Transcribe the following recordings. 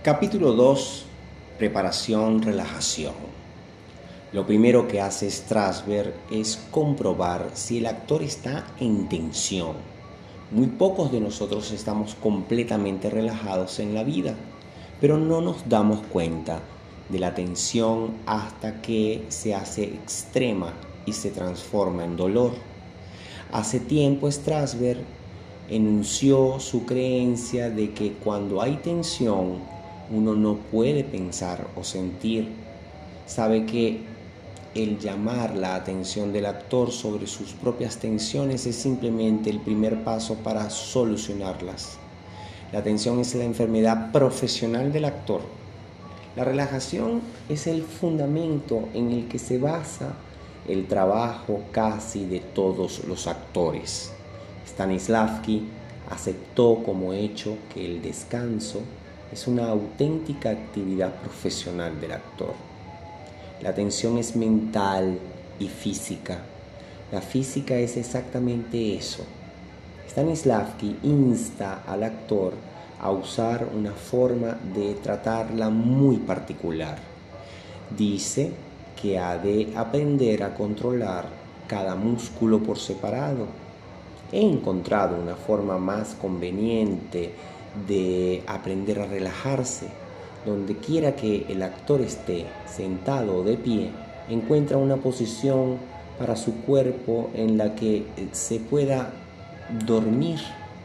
Capítulo 2. Preparación, relajación. Lo primero que hace Strasberg es comprobar si el actor está en tensión. Muy pocos de nosotros estamos completamente relajados en la vida, pero no nos damos cuenta de la tensión hasta que se hace extrema y se transforma en dolor. Hace tiempo Strasberg enunció su creencia de que cuando hay tensión uno no puede pensar o sentir. Sabe que el llamar la atención del actor sobre sus propias tensiones es simplemente el primer paso para solucionarlas. La tensión es la enfermedad profesional del actor. La relajación es el fundamento en el que se basa el trabajo casi de todos los actores. Stanislavski aceptó como hecho que el descanso es una auténtica actividad profesional del actor. La tensión es mental y física. La física es exactamente eso. Stanislavski insta al actor a usar una forma de tratarla muy particular. Dice que ha de aprender a controlar cada músculo por separado. He encontrado una forma más conveniente de aprender a relajarse. Donde quiera que el actor esté, sentado o de pie, encuentra una posición para su cuerpo en la que se pueda dormir.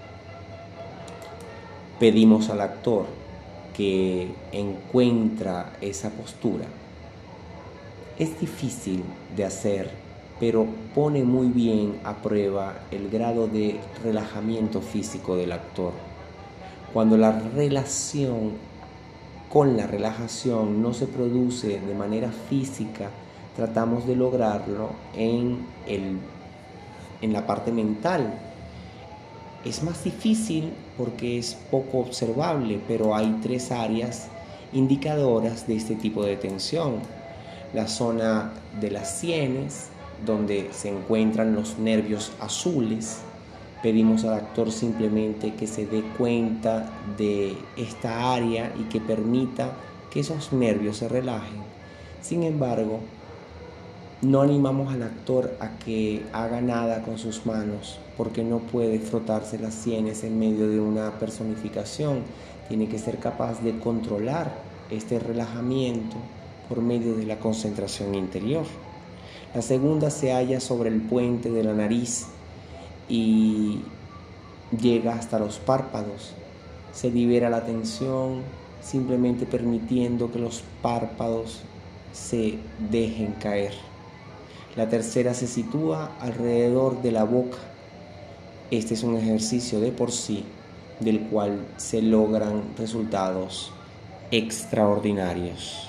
Pedimos al actor que encuentra esa postura. Es difícil de hacer, pero pone muy bien a prueba el grado de relajamiento físico del actor. Cuando la relación con la relajación no se produce de manera física, tratamos de lograrlo en la parte mental. Es más difícil porque es poco observable, pero hay 3 áreas indicadoras de este tipo de tensión. La zona de las sienes, donde se encuentran los nervios azules. Pedimos al actor simplemente que se dé cuenta de esta área y que permita que esos nervios se relajen. Sin embargo, no animamos al actor a que haga nada con sus manos porque no puede frotarse las sienes en medio de una personificación. Tiene que ser capaz de controlar este relajamiento por medio de la concentración interior. La segunda se halla sobre el puente de la nariz y llega hasta los párpados. Se libera la tensión simplemente permitiendo que los párpados se dejen caer. La tercera se sitúa alrededor de la boca. Este es un ejercicio de por sí del cual se logran resultados extraordinarios.